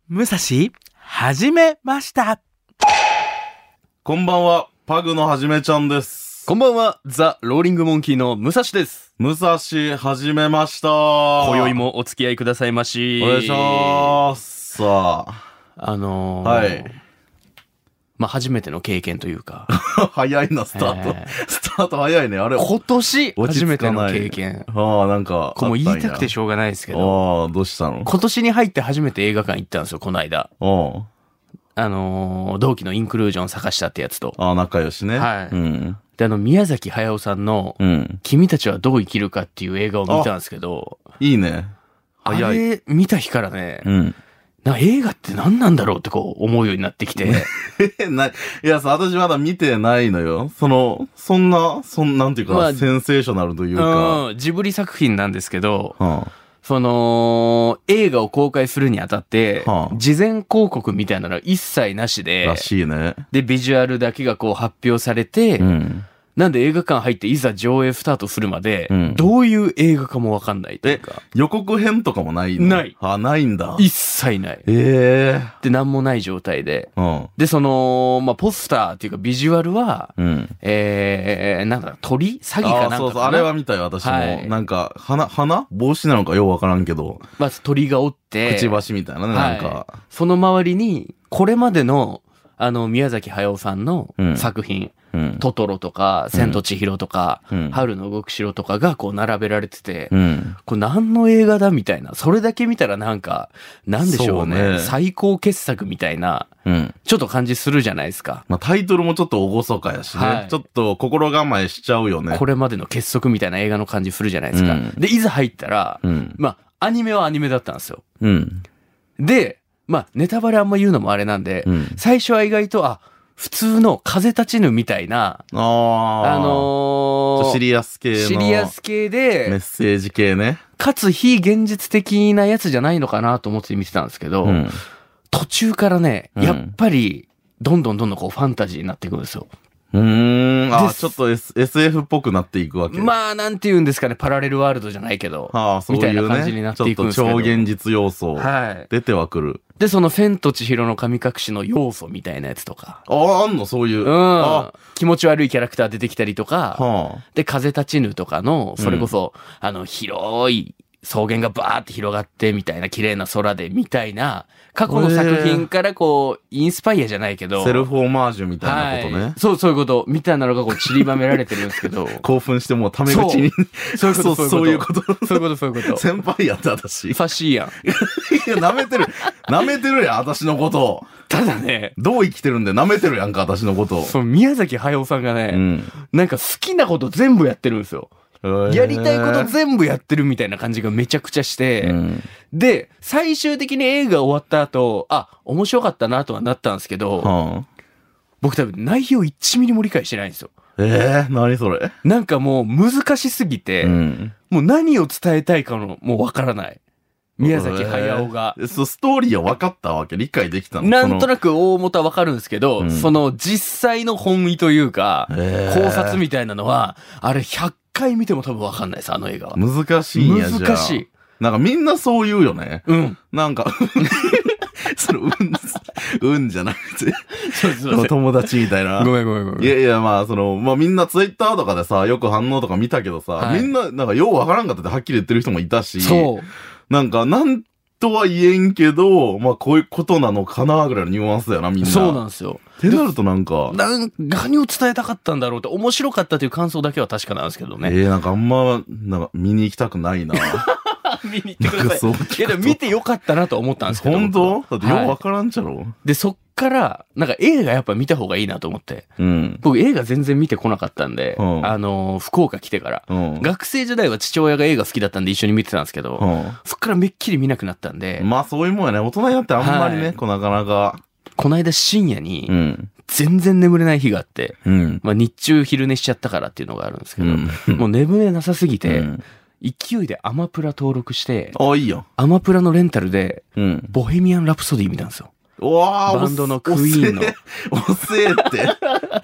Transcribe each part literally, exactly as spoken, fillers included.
武蔵始めました。 こんばんは、パグのはじめちゃんです。 こんばんは、ザ・ローリングモンキーの武蔵です。 武蔵始めました。 今宵もお付き合いくださいまし。 お願いします。さあ、 あのー、 はい。 まあ、初めての経験というか。 早いな、スタート。えー、スタート早いね。あれ。 今年、初めての経験。 ああ、なんか。 これもう言いたくてしょうがないですけど。 ああ、どうしたの？ 今年に入って初めて映画館行ったんですよ、この間。 ああ。 あのー、同期のインクルージョン探したってやつと。 ああ、仲良しね。 はい。 うん。 で、あの、宮崎駿さんの、うん、君たちはどう生きるかっていう映画を見たんですけど。 いいね。早い。 あれ、見た日からね。 うん。 な映画って何なんだろうってこう思うようになってきて。 ない。いやさ、私まだ見てないのよ。その、そんな、そんなんていうか、まあ、センセーショナルというか。 うん、ジブリ作品なんですけど、 はあ、 その、映画を公開するにあたって、はあ、事前広告みたいなのは一切なしで、 らしいね。 で、ビジュアルだけがこう発表されて、うん、なんで映画館入っていざ上映スタートするまで、うん、どういう映画かもわかんないというか。 予告編とかもないの？ ない。 あ、ないんだ。 一切ない。 ええー。 で、なんもない状態で。 うん、 で、その、まあ、ポスターっていうかビジュアルは、 うん、 えー、なんだ、鳥詐欺かなんかかな。 そうそう、あれは見たよ、私も。はい、なんか、花、花帽子なのかようわからんけど。 まず鳥がおって、 くちばしみたいなね、はい、なんか。 その周りに、これまでの、あの、宮崎駿さんの作品、うん、トトロとか、千と千尋とか、うん、春の動く城とかがこう並べられてて、うん、これ何の映画だみたいな、それだけ見たらなんか、なんでしょうね、ね最高傑作みたいな、うん、ちょっと感じするじゃないですか。 まあタイトルもちょっと厳かやしね、はい、ちょっと心構えしちゃうよね。 これまでの傑作みたいな映画の感じするじゃないですか。うん、で、いざ入ったら、うん、まあアニメはアニメだったんですよ。うん、で、まあネタバレあんま言うのもあれなんで、うん、最初は意外と、あ、普通の風立ちぬみたいな、 あー、 あのー、 シリアス系の。 シリアス系で、 メッセージ系ね。 かつ非現実的なやつじゃないのかなと思って見てたんですけど、うん、途中からね、やっぱり、どんどんどんどんこうファンタジーになっていくんですよ。 うーん。あ、ちょっと エスエフ っぽくなっていくわけ。 まあ、なんて言うんですかね、パラレルワールドじゃないけど、 はあ、そういうね、 みたいな感じになっていくんですけど。 ちょっと超現実要素、 はい。 出てはくる。 で、その千と千尋の神隠しの要素みたいなやつとか。 ああ、あんのそういう。 うん。あ気持ち悪いキャラクター出てきたりとか。 はあ、 で、風立ちぬとかの、それこそ、うん、あの、広い草原がバーって広がってみたいな綺麗な空でみたいな、過去の作品からこう、インスパイアじゃないけど。 セルフオマージュみたいなことね。はい、 そう、そういうこと。みたいなのがこう散りばめられてるんですけど。 興奮してもうタメ口に。 そういうこと、 そういうこと。 そういうこと、そういうこと。 先輩やった私。 ファシーやん。 いや、舐めてる。舐めてるやん、私のことを。 ただね。 どう生きてるんで舐めてるやんか、私のことを。 そう、宮崎駿さんがね、うん、なんか好きなこと全部やってるんですよ。やりたいこと全部やってるみたいな感じがめちゃくちゃして、うん、で、最終的に映画終わった後、あ、面白かったなとはなったんですけど、はあ、僕多分内容いちミリも理解してないんですよ。 えー、何それ？ なんかもう難しすぎて、うん、もう何を伝えたいかのもうわからない。宮崎駿が、 えー。そう、ストーリーは分かったわけ？理解できたの？ なんとなく大元は分かるんですけど、うん、その実際の本意というか、えー、考察みたいなのは、あれひゃっかい見ても多分分かんないです、あの映画は。 難しいんやじゃあ。 難しい。 なんかみんなそう言うよね。 うん。 なんか、その、うん、うんじゃなくて、 そうそうそう友達みたいな。 ごめんごめんごめん。 いやいや、まあ、その、まあみんなツイッターとかでさ、よく反応とか見たけどさ、はい、みんな、なんかようわからんかったってはっきり言ってる人もいたし、 そう。 なんか、なんとは言えんけど、まあこういうことなのかなぐらいのニュアンスやな、みんな。 そうなんですよ。 ってなるとなんか。 なん何を伝えたかったんだろうって、面白かったという感想だけは確かなんですけどね。 ええー、なんかあんま、なんか見に行きたくないな。 見に行ってください。いやでも見てよかったなと思ったんですけど。 本当？だってよくわからんちゃろ、はい、 で、そっから、なんか映画やっぱ見た方がいいなと思って。 うん、 僕映画全然見てこなかったんで、うん、あのー、福岡来てから、うん。学生時代は父親が映画好きだったんで一緒に見てたんですけど、うん、そっからめっきり見なくなったんで。 まあそういうもんやね。大人になってあんまりね、はい、こうなかなか。 この間深夜に、全然眠れない日があって、うん、まあ日中昼寝しちゃったからっていうのがあるんですけど、うん、もう眠れなさすぎて、うん、勢いでアマプラ登録して、 あ、いいよ。 アマプラのレンタルで、うん、ボヘミアン・ラプソディ見たんですよ。 わー、 バンドのクイーンの。 おせえって。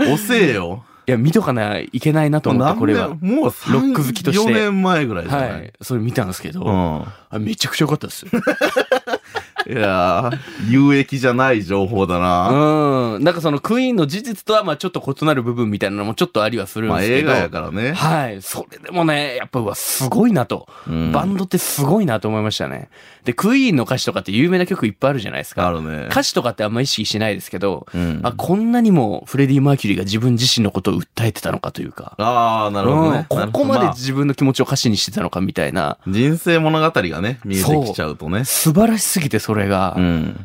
おせえよ。 いや、見とかないいけないなと思って、これは。 もうロック好きとして。 よねんまえぐらいじゃない？ はい。それ見たんですけど、 うん、 あめちゃくちゃ良かったですよ。 いやー、有益じゃない情報だな。 うん。なんかそのクイーンの事実とはまあちょっと異なる部分みたいなのもちょっとありはするんですけど。 まあ映画やからね。 はい。それでもね、やっぱうわ、すごいなと、うん。バンドってすごいなと思いましたね。で、クイーンの歌詞とかって有名な曲いっぱいあるじゃないですか。 あるね。 歌詞とかってあんま意識しないですけど、うん、あこんなにもフレディ・マーキュリーが自分自身のことを訴えてたのかというか。 ああ、なるほどね、 うん。ここまで自分の気持ちを歌詞にしてたのかみたいな。 人生物語がね、見えてきちゃうとね。 素晴らしすぎてそれが。 うん、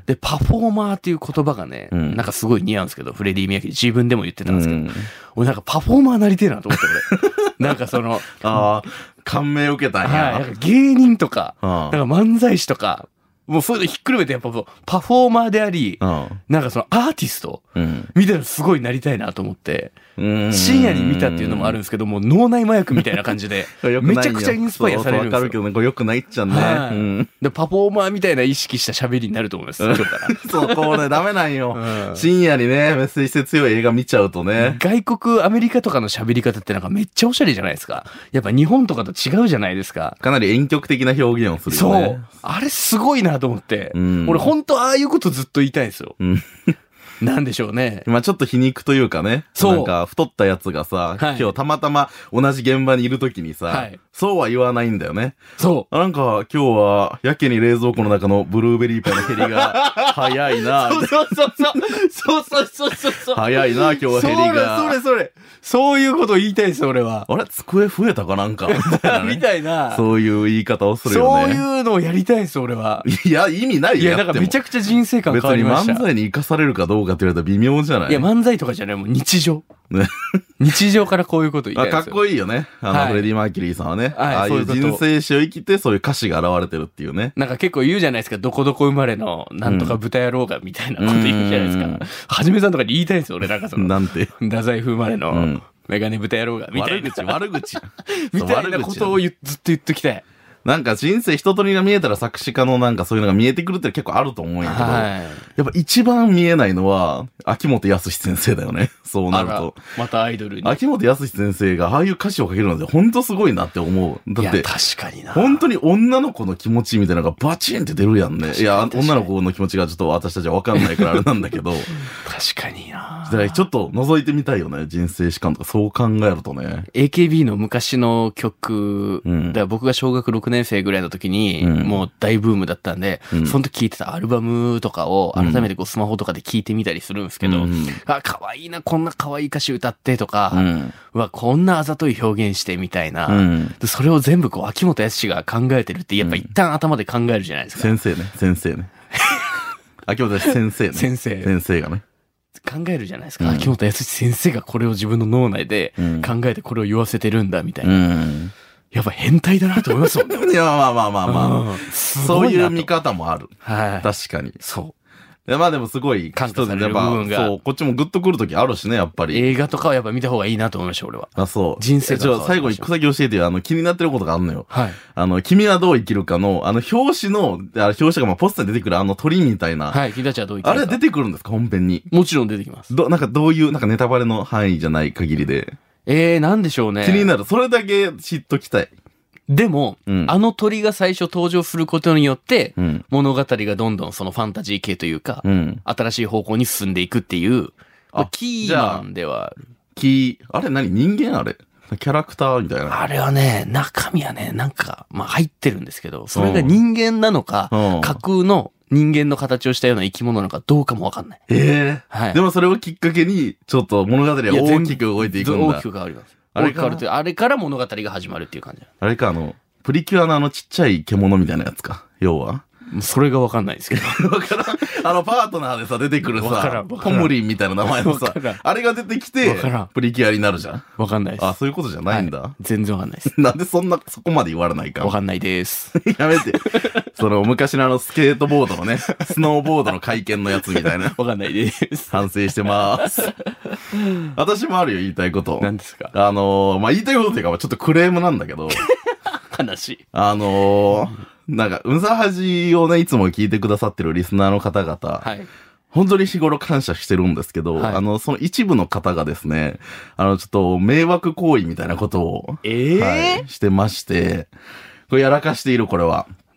で、 パフォーマーっていう言葉がね、うん、なんかすごい似合うんですけど、フレディ・マーキュリー自分でも言ってたんですけど、うん、俺なんかパフォーマーなりてえなと思って俺。なんかその、 ああ、感銘を受けたんや。 はい。なんか芸人とか、なんか漫才師とか、もうそういうのひっくるめてやっぱパフォーマーであり、うん、なんかそのアーティスト、うん、みたいなのすごいなりたいなと思って、深夜に見たっていうのもあるんですけど、もう脳内麻薬みたいな感じで、めちゃくちゃインスパイアされるんですよ。 わかるけどね、これ良くないっちゃね、 はいうん。で、パフォーマーみたいな意識した喋りになると思います、今日から。 そう、こうね、ダメなんよ、うん。深夜にね、メッセージ性強い映画見ちゃうとね。 外国、アメリカとかの喋り方ってなんかめっちゃおしゃれじゃないですか。やっぱ日本とかと違うじゃないですか。 かなり婉曲的な表現をするよね。 そう。あれすごいなと思って。うん、俺本当ああいうことずっと言いたいんですよ。うんなんでしょうね。 まあちょっと皮肉というかね。そう。なんか太ったやつがさ、はい、今日たまたま同じ現場にいるときにさ、はい、そうは言わないんだよね。 そう。 なんか今日はやけに冷蔵庫の中のブルーベリーパイの減りが早いな。 そうそうそうそう。そうそうそうそうそう。 早いな、今日は減りが。 それそれそれ。そういうこと言いたいです、俺は。 あれ机増えたかなんかみたいな、ね。 みたいな。 そういう言い方をするよね。 そういうのをやりたいです、俺は。 いや、意味ないよ。 いや、なんかめちゃくちゃ人生観変わりました。 別に漫才に生かされるかどうかって言われたら微妙じゃない？ いや、漫才とかじゃない、もう日常。ね、日常からこういうこと言いたいですよ。 かっこいいよね。あの、はい、フレディ・マーキュリーさんはね。はい、ああいう人生史を生きて、そういう歌詞が現れてるっていうね。 なんか結構言うじゃないですか。どこどこ生まれの、なんとか豚野郎が、みたいなこと言うじゃないですか。はじめさんとかに言いたいんですよ、俺。なんかその。 なんて。 太宰府生まれの、うん、メガネ豚野郎が、みたいな。 悪口、悪口。 みたいなことをずっと言っときたい。 なんか人生一通りが見えたら作詞家のなんかそういうのが見えてくるって結構あると思うんやけど、はい、やっぱ一番見えないのは秋元康先生だよね。そうなると。 またアイドルに。 秋元康先生がああいう歌詞を書けるので本当すごいなって思う。だって、いや確かにな。 本当に女の子の気持ちみたいなのがバチンって出るやんね。いや、女の子の気持ちがちょっと私たちは分かんないからあれなんだけど。 確かにな。 だからちょっと覗いてみたいよね。人生史観とかそう考えるとね。 エーケービー の昔の曲、うん、だから僕が小学ろくねん生ぐらいの時に、うん、もう大ブームだったんで、うん、その時聴いてたアルバムとかを改めてこうスマホとかで聴いてみたりするんですけど、うん、あ、可愛いな、こんな可愛い歌詞歌ってとか、うん、うわ、こんなあざとい表現してみたいな、うん、それを全部こう秋元康が考えてるって、やっぱ一旦頭で考えるじゃないですか。 先生ね、先生ね。秋元康先生ね。 先生。 先生がね。 考えるじゃないですか。うん、秋元康先生がこれを自分の脳内で考えてこれを言わせてるんだみたいな。うんやっぱ変態だなと思いますもんね。 いや、まあまあまあまあ。うん、そういう見方もある。 はい。 確かに。 そう。 いやまあでもすごい、 感化される部分が。 そう、こっちもグッとくるときあるしね、やっぱり。 映画とかはやっぱ見た方がいいなと思いました、俺は。 あ、そう。 人生が。じゃあ最後一個だけ教えてよ。あの、気になってることがあるのよ。 はい。 あの、君はどう生きるかの、あの、表紙の、あ表紙がまあポスターに出てくるあの鳥みたいな。 はい、君たちはどう生きるか。 あれ出てくるんですか、本編に。 もちろん出てきます。 ど、なんかどういう、なんかネタバレの範囲じゃない限りで。 えー、なんでしょうね。 気になる。それだけ知っときたい。 でも、うん、あの鳥が最初登場することによって、うん、物語がどんどんそのファンタジー系というか、うん、新しい方向に進んでいくっていう、あキーマンではある。 キー、あれ何人間あれキャラクターみたいな。 あれはね、中身はね、なんか、まあ入ってるんですけど、それが人間なのか、うん、架空の人間の形をしたような生き物なのかどうかもわかんない。 ええー、はい。でもそれをきっかけに、ちょっと物語は大きく動いていくんだ。 大きく変わります。あれから、あれから物語が始まるっていう感じ。 あれか、あの、プリキュアのあのちっちゃい獣みたいなやつか。要は。 それがわかんないですけど。 わからん。あの、パートナーでさ、出てくるさ、ポムリンみたいな名前のさ、あれが出てきて、プリキュアになるじゃん。 わかんないです。 あ、そういうことじゃないんだ。はい、 全然わかんないです。 なんでそんな、そこまで言われないか。 わかんないです。 やめて。その、昔のあの、スケートボードのね、スノーボードの会見のやつみたいな。 わかんないです。 反省してまーす。私もあるよ、言いたいこと。 何ですか？ あのー、まあ、言いたいことっていうか、ちょっとクレームなんだけど。 話。 あのー、なんか、うざはじをね、いつも聞いてくださってるリスナーの方々、はい、本当に日頃感謝してるんですけど、はい、あの、その一部の方がですね、あの、ちょっと迷惑行為みたいなことを、 えーはい、してまして、これやらかしている、これは。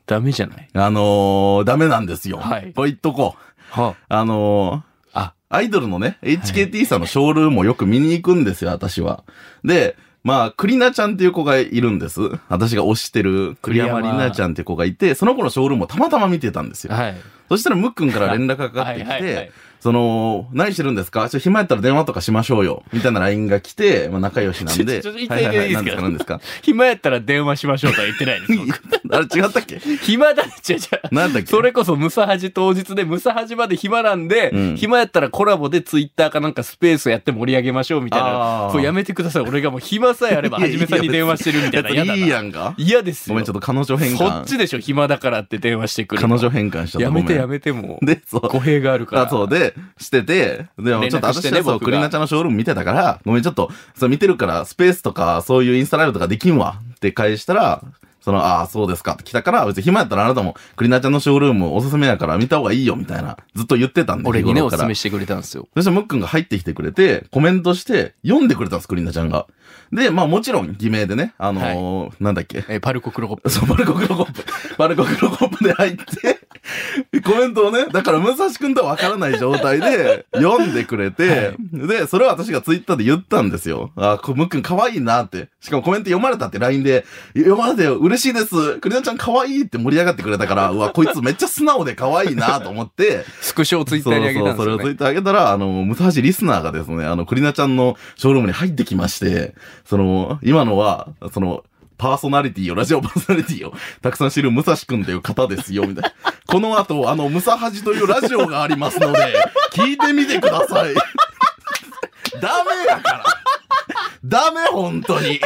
ダメじゃない？ あのー、ダメなんですよ。 はい。 これ言っとこう。 はあ、あのー、あ、アイドルのね、エイチケーティー さんのショールームをよく見に行くんですよ、私は。で、まあ、クリナちゃんっていう子がいるんです。私が推してる栗山里奈ちゃんっていう子がいて、その子のショールームをたまたま見てたんですよ。はい。そしたらムックンから連絡がかかってきて、はいはいはい、その、何してるんですか？ちょ、暇やったら電話とかしましょうよ。みたいな ライン が来て、まあ仲良しなんで。 ちょ、ちょ、言っていいですか？何ですか？暇やったら電話しましょうとは言ってないです。 あれ違ったっけ？ 暇だっちゃじゃ。なんだっけ？それこそムサハジ当日でムサハジまで暇なんで、うん、暇やったらコラボでツイッターかなんかスペースやって盛り上げましょうみたいな。そうやめてください。俺がもう暇さえあればはじめさんに電話してるみたいな。嫌だな。 いいやんか。 嫌ですよ。 ごめん、ちょっと彼女変換。 そっちでしょ、暇だからって電話してくる。 彼女変換しちゃった。 やめてやめてもう。で、そう。語弊があるから。 あ、そうで、してて、でもちょっと私はそう、クリナちゃんのショールーム見てたから、ごめん、ちょっと、そう見てるから、スペースとか、そういうインスタライブとかできんわって返したら、その、ああ、そうですかって来たから、別に暇やったらあなたも、クリナちゃんのショールームおすすめやから見た方がいいよみたいな、ずっと言ってたんで。 俺にね、おすすめしてくれたんですよ。 そしたらムックンが入ってきてくれて、コメントして、読んでくれたんです、クリナちゃんが。で、まあもちろん、偽名でね、あのーはい、なんだっけ。 えー、パルコクロコップ。 そう、パルコクロコップ。パルコクロコップで入って、コメントをね、だから、武蔵くんとは分からない状態で読んでくれて、はい、で、それを私がツイッターで言ったんですよ。あ、ムックン可愛いなって。しかもコメント読まれたって ライン で、読まれてよ、嬉しいです。クリナちゃん可愛いって盛り上がってくれたから、うわ、こいつめっちゃ素直で可愛いなと思って、 スクショをツイッターに上げたんですよね。 そうそう、それをツイッター上げたら、あの、ムサハジリスナーがですね、あの、クリナちゃんのショールームに入ってきまして、その、今のは、その、パーソナリティを、ラジオパーソナリティをたくさん知るムサシ君という方ですよ、みたいな。この後、あの、ムサハジというラジオがありますので、聞いてみてください。ダメやから。ダメ、本当に。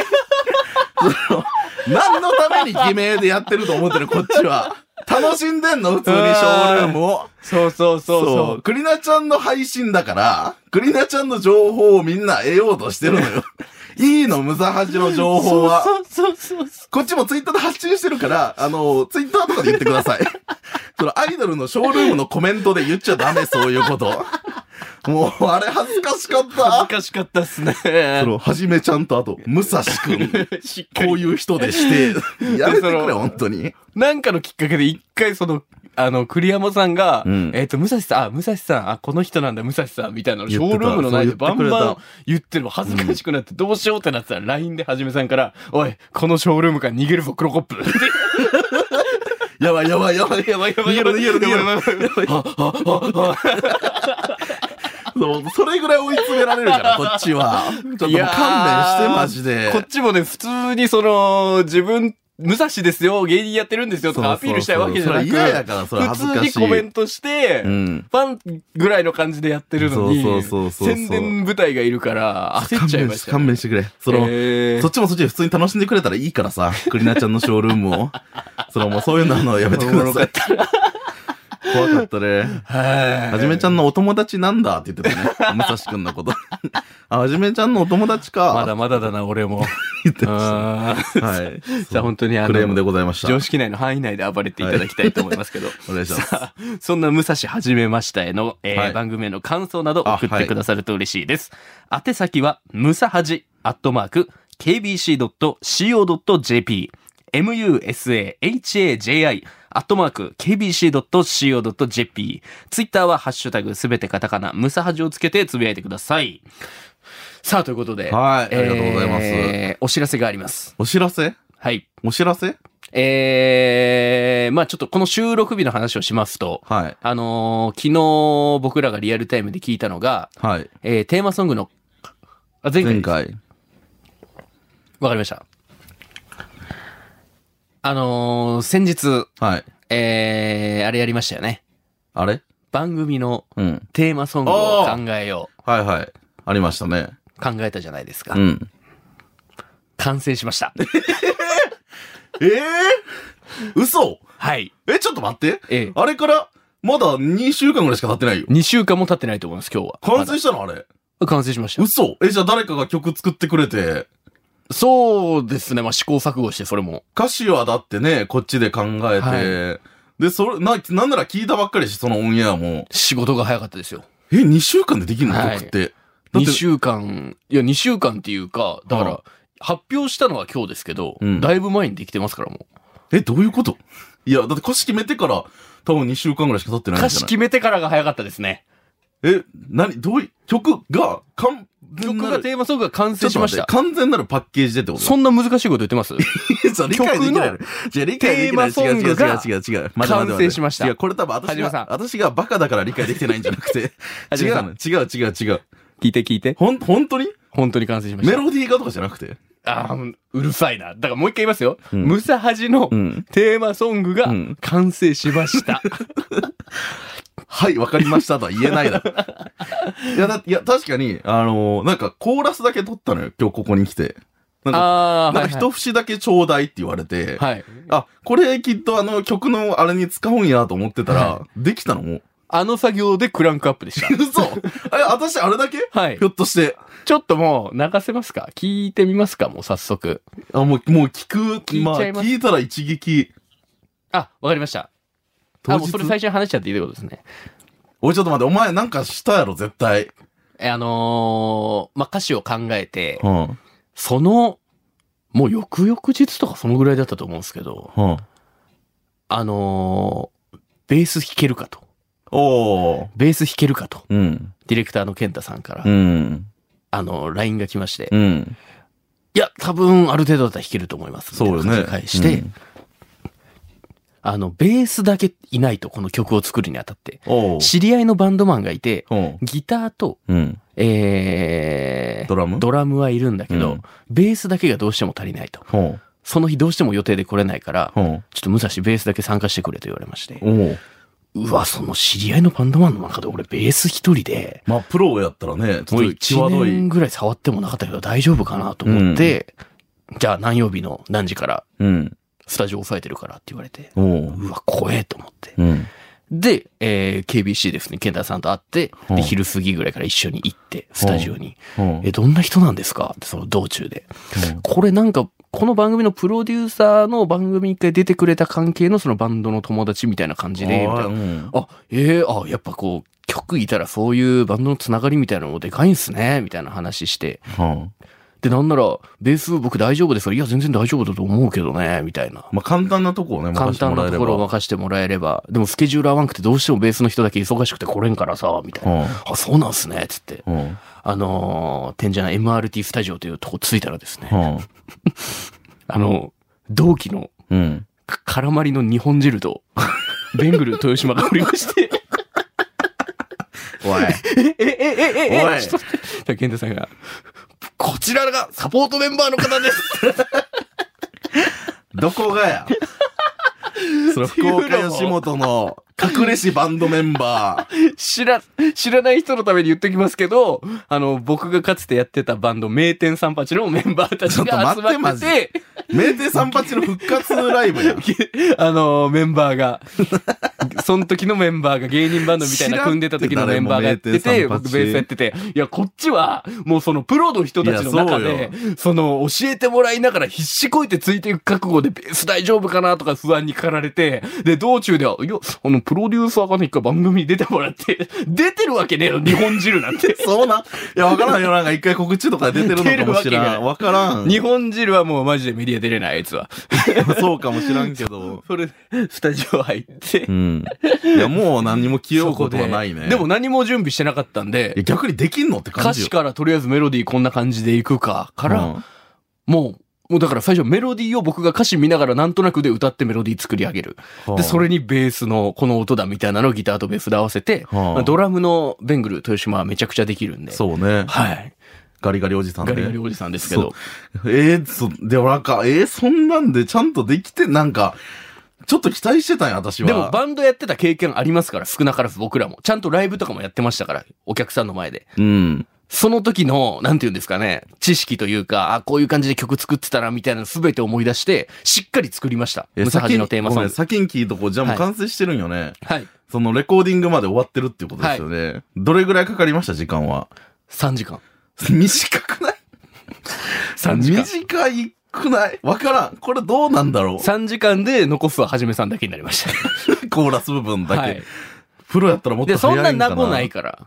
何のために偽名でやってると思ってる、こっちは。楽しんでんの普通にショールームを。 そうそうそうそう。 クリナちゃんの配信だから、クリナちゃんの情報をみんな得ようとしてるのよ。いいの、ムサハジの情報は。 そうそうそうそう。 こっちもツイッターで発信してるから、あの、ツイッターとかで言ってください。そのアイドルのショールームのコメントで言っちゃダメ、そういうこと。もう、あれ恥ずかしかった。 恥ずかしかったっすね。 その、はじめちゃんとあと、ムサシくん。こういう人でして、やめてくれ、本当に。 なんかのきっかけで一回その、あの、栗山さんが、うん、えっと、武蔵さん、あ、武蔵さん、あ、この人なんだ、武蔵さん、みたいなの、ショールームの内でバンバン言ってる。恥ずかしくなってどうしようってなってたら、ライン ではじめさんから、おい、このショールームから逃げるぞ、クロコップ。 やばいやばいやばいやばいやばいやばいやばいやばいやばいやばい。そう、それぐらい追い詰められるから、こっちは。ちょっともう勘弁して、マジで。 こっちもね、普通にその、自分、武蔵ですよ、芸人やってるんですよとかアピールしたいわけじゃなく、 嫌やからそれ恥ずかしい。 普通にコメントして、うん、ファンぐらいの感じでやってるのに、そうそうそうそう宣伝部隊がいるから焦っちゃいました、ね。 勘弁してくれ。その、えー、そっちもそっちで普通に楽しんでくれたらいいからさ、クリナちゃんのショールームを。そのもうそういうのやめてください。怖かったね。はじめちゃんのお友達なんだって言ってたね。武蔵くんのこと。あ、はじめちゃんのお友達か。 まだまだだな、俺も。 言ってました。はい。 さあ、本当にあの、 クレームでございました。 常識内の範囲内で暴れていただきたいと思いますけど。 お願いします。さあ、 そんな武蔵はじめましたへの、えーはい、番組への感想など送ってくださると嬉しいです。はい、宛先は、ムサハジ、アットマーク、ケービーシードットシーオードットジェーピー。エムユーエスエーエイチエージェーアイ アットマーク ケービーシードットシーオードットジェーピー ツイッターはハッシュタグすべてカタカナムサハジをつけてつぶやいてください。さあということで、 はい、ありがとうございます、 えー、お知らせがあります。 お知らせ？ はい。 お知らせ？ えー、まあちょっとこの収録日の話をしますと、 はい。 あのー、昨日僕らがリアルタイムで聞いたのが、 はい。 えー、テーマソングの、あ、前回。 前回。 わかりました。あのー、先日、 はい。 えー、あれやりましたよね。 あれ？ 番組のテーマソングを考えよう。はいはい。ありましたね。 考えたじゃないですか。 うん。 完成しました。 えー、嘘？ はい。 え、ちょっと待って。 ええ。 あれから、まだにしゅうかんぐらいしか経ってないよ。 にしゅうかんも経ってないと思います、今日は。 完成したのあれ？ 完成しました。 嘘？え、じゃあ誰かが曲作ってくれて。 そうですね。まあ、試行錯誤して、それも。 歌詞はだってね、こっちで考えて、はい、で、それ、な、なんなら聞いたばっかりし、そのオンエアも。 仕事が早かったですよ。 え、にしゅうかんでできるの、はい、曲って。 にしゅうかん、いや、にしゅうかんっていうか、だから、発表したのは今日ですけど、うん、だいぶ前にできてますからもう。 え、どういうこと？ いや、だって歌詞決めてから、多分にしゅうかんぐらいしか経ってないんじゃない？ 歌詞決めてからが早かったですね。 え、なに、どういう、曲が、完曲がテーマソングが完成しました。 完全なるパッケージでってこと？ そんな難しいこと言ってます？ 理解できない。違う、理解できない。 テーマソングが違う違う違う。 完成しました。 違う、これ多分私が、私がバカだから理解できてないんじゃなくて。違う、違う違う違う。 聞いて聞いて。 ほん、本当に本当に完成しました。 メロディーがとかじゃなくて。 ああ、うるさいな。だからもう一回言いますよ。うん、ムサハジのテーマソングが完成しました。うん、 はい、わかりましたとは言えないだろ。いや、だ、いや、確かに、あのー、なんかコーラスだけ取ったのよ、今日ここに来て。なんか、なんか一節だけちょうだいって言われて、はい、あ、これきっとあの曲のあれに使うんやと思ってたら、はい、できたのも。 あの作業でクランクアップでした。 嘘え、私あれだけはい。ひょっとして。 ちょっともう流せますか？聞いてみますか？もう早速。 あ、もう、もう聞く。聞いちゃいます。まあ、聞いたら一撃。 あ、わかりました。あ、もうそれ最初に話しちゃっていいってことですね。 おい、ちょっと待って、お前なんかしたやろ、絶対。 え、あのー、まあ、歌詞を考えて、うん、その、もう翌々日とかそのぐらいだったと思うんですけど、うん、あのー、ベース弾けるかと。 おー。 ベース弾けるかと。うん、ディレクターの健太さんから、うん、あの、ライン が来まして、うん、いや、多分ある程度だったら弾けると思います。 そうよね。 返して、うん、あの、ベースだけいないと、この曲を作るにあたって。知り合いのバンドマンがいて、ギターと、うん、えー、 ドラムドラムはいるんだけど、うん、ベースだけがどうしても足りないと。その日どうしても予定で来れないから、ちょっと武蔵ベースだけ参加してくれと言われまして。うわ、その知り合いのバンドマンの中で俺ベース一人で。 まあ、プロやったらね、 ちょっと際どい。いちねんぐらい触ってもなかったけど大丈夫かなと思って、うん、じゃあ何曜日の何時から、うんスタジオ押さえてるからって言われて、うわ、怖えと思って。うん、で、えー、ケービーシー ですね、健太さんと会って、で、昼過ぎぐらいから一緒に行って、スタジオに。え、どんな人なんですかって、その道中で。これなんか、この番組のプロデューサーの番組に一回出てくれた関係のそのバンドの友達みたいな感じで、みたいな。うん、あ、えー、あ、やっぱこう、曲いたらそういうバンドのつながりみたいなのもでかいんすね、みたいな話して。うんで、なんなら、ベース僕大丈夫ですから、いや、全然大丈夫だと思うけどね、みたいな。 まあ、簡単なとこをね、 任せてもらえれば。簡単なところを任せてもらえれば。でも、スケジュール合わんくてどうしてもベースの人だけ忙しくて来れんからさ、みたいな。うん、あ、そうなんすね、つって。うん、あのー、天じゃない エムアールティー スタジオというとこ着いたらですね。うん、あの、同期の、うん、絡まりの日本汁と、ベングル豊島がおりまして。 おい。 え、え、え、え、え、え、ちょっと待って。健太さんが、こちらがサポートメンバーの方です。 どこがやその福岡吉本の隠れしバンドメンバー。知ら、知らない人のために言っときますけど、あの、僕がかつてやってたバンド、名店三八のメンバーたちが集まってて、 名店三八の復活ライブやん。 あの、メンバーが、その時のメンバーが芸人バンドみたいな組んでた時のメンバーがやってて、僕ベースやってて、いや、こっちは、もうそのプロの人たちの中で、その、教えてもらいながら必死こいてついていく覚悟でベース大丈夫かなとか不安に駆られて、で、道中では、いや、あの、プロデューサーがね、一回番組に出てもらって、出てるわけねえの、日本汁なんて。 そうな。いや、わからんよ。なんか一回告知とか出てるのかもしれん。わからん。 日本汁はもうマジでメディア出れない、あいつは。 そうかもしらんけど。 それ、スタジオ入って。うん。 いや、もう何も気負うことはないね。 で, でも何も準備してなかったんで。 いや、逆にできんのって感じよ。 歌詞からとりあえずメロディーこんな感じでいくか、から、うん、もう、もうだから最初メロディーを僕が歌詞見ながらなんとなくで歌ってメロディー作り上げる。はあ、で、それにベースのこの音だみたいなのをギターとベースで合わせて、はあ、ドラムのベングル豊島はめちゃくちゃできるんで。 そうね。 はい。 ガリガリおじさんね。 ガリガリおじさんですけど。 えー、そ、でもなんか、えー、そんなんでちゃんとできて、なんか、ちょっと期待してたんや、私は。 でもバンドやってた経験ありますから、少なからず僕らも。ちゃんとライブとかもやってましたから、お客さんの前で。うん。その時の、なんて言うんですかね、知識というか、あ、こういう感じで曲作ってたな、みたいなの全て思い出して、しっかり作りました。ムサハジのテーマソング。 先に聞いとこう、じゃあもう完成してるんよね。 はい。 そのレコーディングまで終わってるっていうことですよね。はい、どれぐらいかかりました、時間は。 さんじかん。 短くない ?さんじかん。短いくないわからん。これどうなんだろう ? さん 時間で残すははじめさんだけになりました。 コーラス部分だけ。はい、プロやったらもっと早いんかな。 で、そんな名もないから。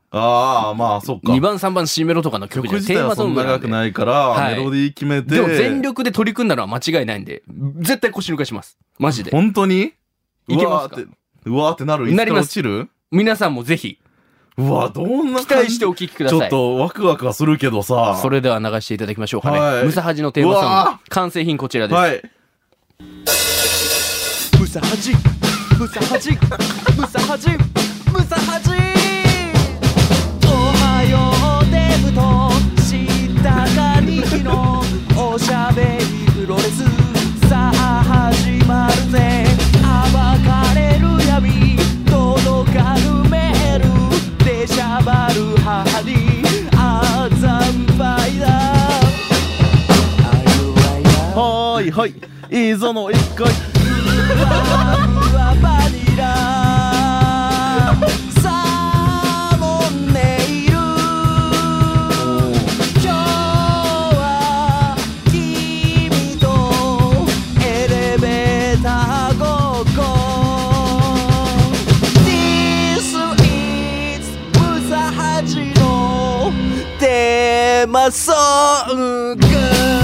ああ、まあ、そっか。 にばんさんばん C メロとかの曲じゃテーマソングなんで。 長くないから、はい、メロディー決めて。 でも全力で取り組んだのは間違いないんで、絶対腰抜かします。マジで。 本当にいけますか？ うわーってなる？ なります。 落ちる？ 皆さんもぜひ。 うわ、どんな期待してお聞きください。 ちょっとワクワクはするけどさ。 それでは流していただきましょうかね。はい、ムサハジのテーマソング。完成品こちらです。はい。ムサハジ、ムサハジ、ムサハジ、ムサハジ。おはようデブとしたかにきのおしゃべりプロレス。さあ始まるぜ。暴かれる闇、届かぬメールでしゃばる母にあざんぱいだ。 はーいはい、いいぞの一回。 バニラサーモンネイル。今日は君とエレベーターごっこ。 This is ムサハジのテーマソング。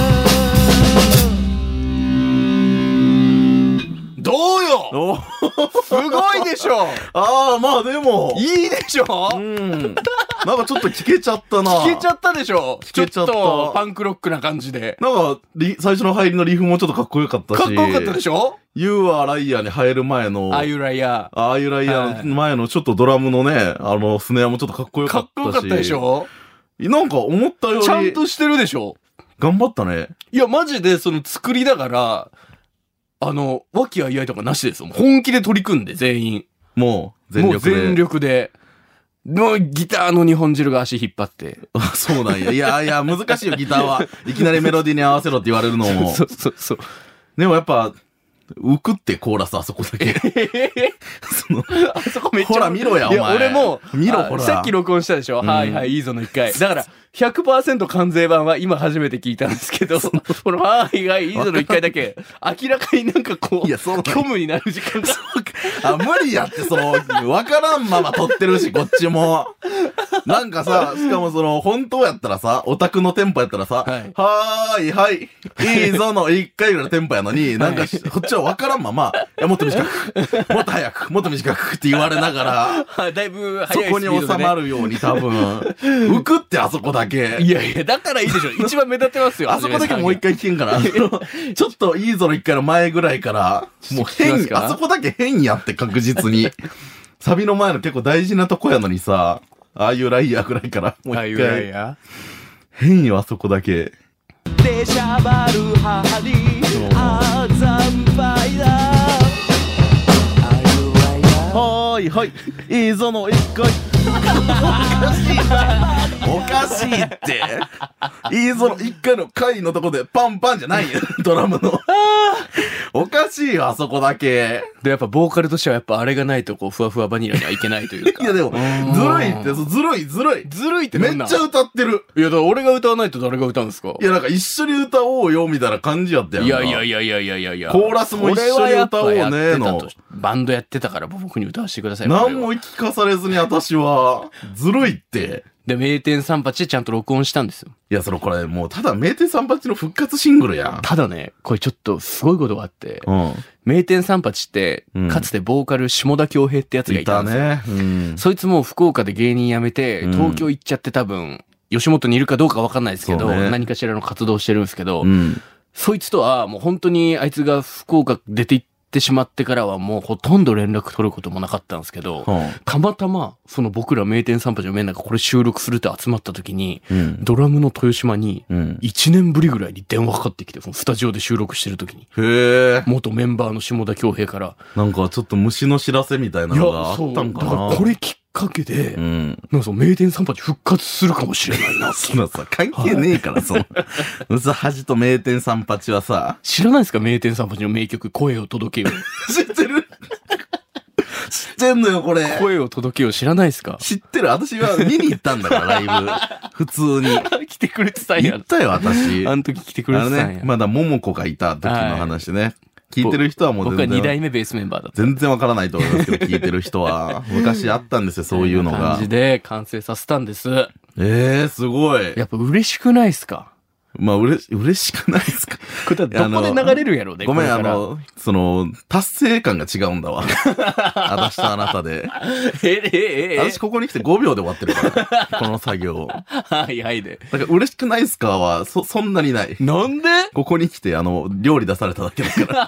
どうよすごいでしょ。 ああ、まあでもいいでしょ。 うん。なんかちょっと聞けちゃったな。 聞けちゃったでしょ。 聞けちゃった。 ちょっとパンクロックな感じで。 なんか最初の入りのリフもちょっとかっこよかったし。 かっこよかったでしょ。 You are Liar に入る前の。 あゆらや。 あゆらやの前のちょっとドラムのね、あのスネアもちょっとかっこよかったし。 かっこよかったでしょ。 なんか思ったより。 ちゃんとしてるでしょ。 頑張ったね。 いや、マジでその作りながら、あの、和気あいあいとかなしですよ。本気で取り組んで、全員。 もう、全力で。 もう全力で。の、ギターの日本汁が足引っ張って。 あ、そうなんや。いやいや、難しいよ、ギターは。いきなりメロディーに合わせろって言われるのも。 そうそうそう。 でもやっぱ、浮くってコーラスあそこだけ。 そのあそこめっちゃ。 ほら見ろや、お前。 いや、俺も、 見ろ、ほら。 さっき録音したでしょ、うん、はいはい、いいぞの一回。だから、ひゃくパーセント 完成版は今初めて聞いたんですけど、この、はいはい、いいぞの一回だけ、明らかになんかこう、いや、そう虚無になる時間が。 あ、無理やって、その、わからんまま撮ってるし、こっちも。なんかさ、しかもその、本当やったらさ、オタクのテンポやったらさ、はい、はーい、はい、いいぞの一回ぐらいのテンポやのに、なんか、こっちはわからんまま、いや、もっと短く、もっと早く、もっと短くって言われながら、だいぶ早いスピードで、ね、そこに収まるように多分、浮くってあそこだけ。 いやいや、だからいいでしょ。一番目立ってますよ。 あそこだけもう一回聞けんから。ちょっといいぞの一回の前ぐらいから、もう変、あそこだけ変やって確実に。サビの前の結構大事なとこやのにさ、ああいうライヤーぐらいから、もう一回。ああいうライヤー変よ、あそこだけ。でしゃばる母に、あざんぱいだ。はーい、はい、いいぞの一回。おかしいって。いいぞの一回の回のとこでパンパンじゃないよ。ドラムの。おかしいよ、あそこだけ。 で、やっぱボーカルとしてはやっぱあれがないとこう、ふわふわバニラにはいけないというか。 いやでも、ずるいって、ずるい、ずるい。 ずるいってめっちゃ歌ってる。 いや、だから俺が歌わないと誰が歌うんですか？ いや、なんか一緒に歌おうよ、みたいな感じやったやんか。 いやいやいやいやいやいや。 コーラスも一緒に歌おうねの。 バンドやってたから僕に歌わせてください。 何も聞かされずに私は、ずるいって。 で、名店三八でちゃんと録音したんですよ。 いや、そのこれもうただ名店三八の復活シングルやん。 ただね、これちょっとすごいことがあって、 うん、 名店三八って、うん、かつてボーカル下田恭平ってやつがいたんですよ。いたね。うん、そいつも福岡で芸人辞めて、東京行っちゃって多分、吉本にいるかどうかわかんないですけど、ね、何かしらの活動してるんですけど、うん、そいつとはもう本当にあいつが福岡出て行って、ってしまってからはもうほとんど連絡取ることもなかったんですけど、うん、たまたまその僕ら名店三八のメンバーがこれ収録するって集まった時に、うん、ドラムの豊島にいちねんぶりぐらいに電話かかってきて、そのスタジオで収録してる時に、 へ元メンバーの下田恭平からなんかちょっと虫の知らせみたいなのがあったんかな。 だからこれきっかけで、うん、なんかその名店三八復活するかもしれないな。 そんなさ関係ねえから、はい、そのうずはじと名店三八はさ、 知らないですか？名店三八の名曲声を届けよ。 知ってる？知ってんのよ、これ。 声を届けよう知らないですか？ 知ってる。私は見に行ったんだから、ライブ。普通に。 来てくれてたんや。 行ったよ、私。 あの時来てくれてたんや。 あのね、まだ桃子がいた時の話ね。はい、 聞いてる人はもう全然。 僕はに代目ベースメンバーだった。 全然わからないと思いますけど、聞いてる人は。昔あったんですよ、そういうのが。 感じで完成させたんです。 ええー、すごい。 やっぱ嬉しくないっすか？ まあ、うれ、嬉しくないですか？ これどこで流れるやろうね。 ごめん、あの、その、達成感が違うんだわ。私とあなたで。 え、え、え、え、 私ここに来てごびょうで終わってるから。この作業。 はいはいで。 だから嬉しくないっすかは、そ、そんなにない。 なんで？ ここに来て、あの、料理出されただけだから。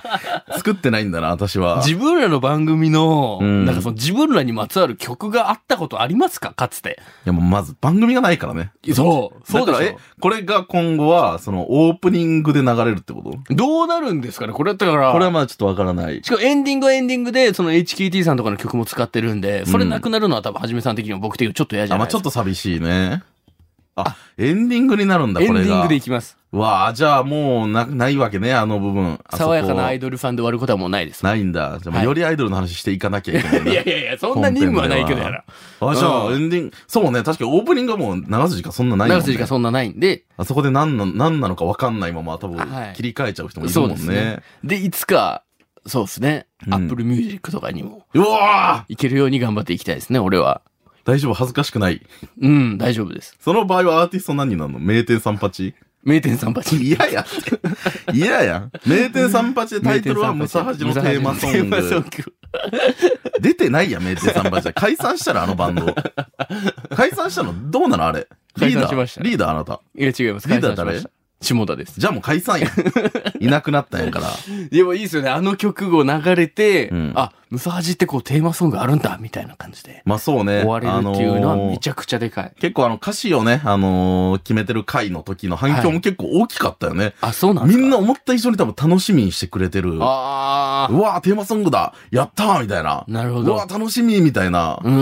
作ってないんだな、私は。 自分らの番組の、 うん、 なんかその自分らにまつわる曲があったことありますか？かつて。 いや、もうまず番組がないからね。 そう。そうだから、え、これが今後は、その、オープニングで流れるってこと？ どうなるんですかねこれだったから。 これはまだちょっとわからない。 しかもエンディングはエンディングで、その エイチケーティー さんとかの曲も使ってるんで、それなくなるのは多分はじめさん的にも僕的にもちょっと嫌じゃないですか。 あ、まあちょっと寂しいね。あ、エンディングになるんだ、これが。 エンディングでいきます。 わあ、じゃあもうな、ないわけね、あの部分。 爽やかなアイドルファンで終わることはもうないです。 ないんだ。じゃあもうよりアイドルの話していかなきゃいけない、 ね。いやいやいや、そんな任務はないけどやら。 あ、じゃあエンディング、そうね、確かにオープニングはもう流す時間そんなないもんね。 流す時間そんなないんで。 あそこで何な、何なのか分かんないまま多分切り替えちゃう人もいるもんね。そうですね。 で、いつか、そうですね、アップルミュージックとかにも。 うわーいけるように頑張っていきたいですね、俺は。 大丈夫？恥ずかしくない？ うん、大丈夫です。 その場合はアーティスト何になるの？名店三八？ 名店三八。 いやや。いやや。名店三八でタイトルはムサハジのテーマソング。出てないや、名店三八。解散したらあのバンド。解散したのどうなのあれ。リーダー。リーダーあなた。 いや違います。 リーダー誰？ 下田です。 じゃあもう解散や。いなくなったんやから。 でもいいですよね。あの曲を流れて、うん、あ、ムサハジってこうテーマソングあるんだ、みたいな感じで。 まあそうね。 終われるっていうのはめちゃくちゃでかい。あのー、 結構あの歌詞をね、あのー、決めてる回の時の反響も結構大きかったよね。はい、 あ、そうなんですか？ みんな思った以上に多分楽しみにしてくれてる。ああ。うわー、テーマソングだやったーみたいな。 なるほど。 うわー、楽しみみたいな。うん。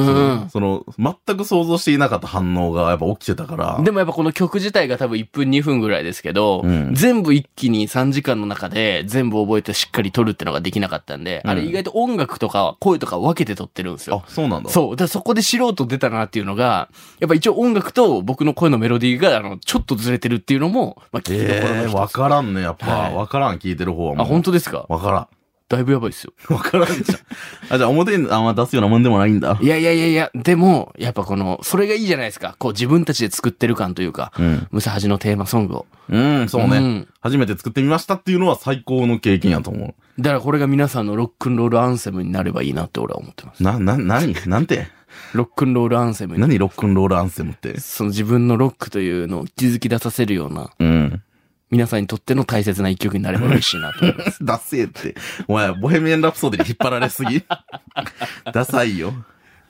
その、全く想像していなかった反応がやっぱ起きてたから。 でもやっぱこの曲自体が多分いっぷんにふんぐらいですけど、うん、全部一気にさんじかんの中で全部覚えてしっかり撮るってのができなかったんで、うん、あれ意外と音楽とか声とか分けて撮ってるんですよ。 あ、そうなんだ。 そう。だからそこで素人出たなっていうのが、やっぱ一応音楽と僕の声のメロディーが、あの、ちょっとずれてるっていうのも、まあ聞きどころの一つ。 えー、わからんね、やっぱ。わ、はい、からん、聞いてる方はもう。 あ、本当ですか？ わからん。 だいぶやばいっすよ。 わからんじゃん。あ、じゃあ表にあんま出すようなもんでもないんだ。 いやいやいやいや、でも、やっぱこの、それがいいじゃないですか。こう自分たちで作ってる感というか、うん、ムサハジのテーマソングを。 うん、そうね、うん。初めて作ってみましたっていうのは最高の経験やと思う。 だからこれが皆さんのロックンロールアンセムになればいいなって俺は思ってます。 な、な、なになんてロックンロールアンセムに。 何ロックンロールアンセムって。 その自分のロックというのを気づき出させるような。うん。皆さんにとっての大切な一曲になれば嬉しいなと思います。 ダッセーって。お前、ボヘミアン・ラプソディに引っ張られすぎ。ダサいよ。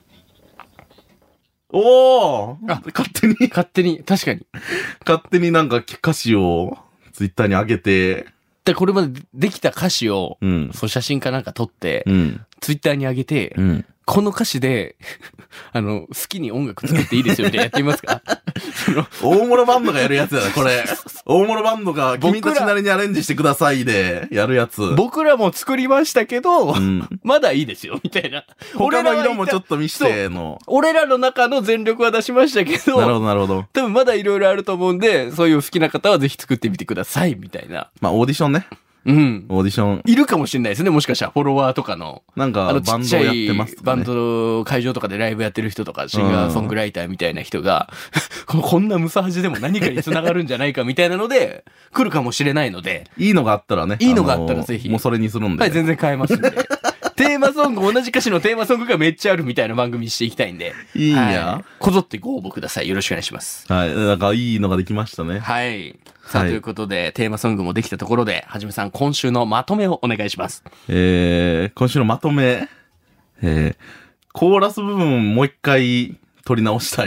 おーあ、勝手に勝手に、確かに。 勝手になんか歌詞をツイッターに上げて。 で、これまでできた歌詞を、うん、そう写真かなんか撮って、うん、ツイッターに上げて、うん、この歌詞で、あの、好きに音楽作っていいですよみたいなやってみますか？ その大物バンドがやるやつやな、これ。大物バンドが君たちなりにアレンジしてくださいでやるやつ。 僕らも作りましたけど、うん、まだいいですよ、みたいな。 他の色もちょっと見しての。 俺らの中の全力は出しましたけど、 なるほど、なるほど。 多分まだいろいろあると思うんで、そういう好きな方はぜひ作ってみてください、みたいな。 まあ、オーディションね。 うん。 オーディション。 いるかもしれないですね、もしかしたら。フォロワーとかの。 なんか、バンドやってますかね。 バンド、会場とかでライブやってる人とか、シンガーソングライターみたいな人が、このこんなムサハジでも何かに繋がるんじゃないかみたいなので、来るかもしれないので。 いいのがあったらね。 いいのがあったらぜひ。 もうそれにするんで。 はい、全然変えますんで。テーマソング、同じ歌詞のテーマソングがめっちゃあるみたいな番組にしていきたいんで。 いいんや。 はい、こぞってご応募ください。よろしくお願いします。 はい。なんかいいのができましたね。 はい。さあ、はい、ということで、テーマソングもできたところで、はじめさん、今週のまとめをお願いします。 えー、今週のまとめ、えー、コーラス部分もう一回取り直したい。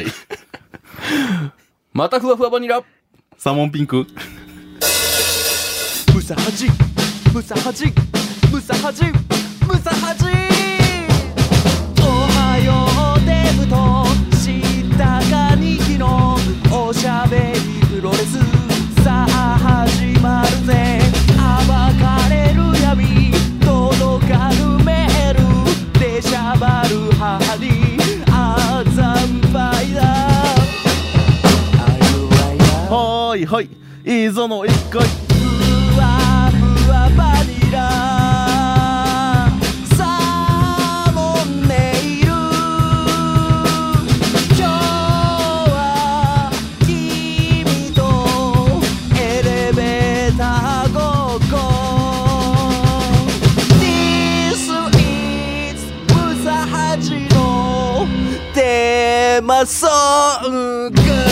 またふわふわバニラ。 サーモンピンク。 ムサハジ、ムサハジ、ムサハジ、ムサハジ。おはようデブとしたかにきのおしゃべりプロレス。さあ始まるぜ。暴かれる闇届かぬメールでしゃばる母にあざんぱいだ。 はいはいいいぞの一回。 ふわふわバニラめまそうか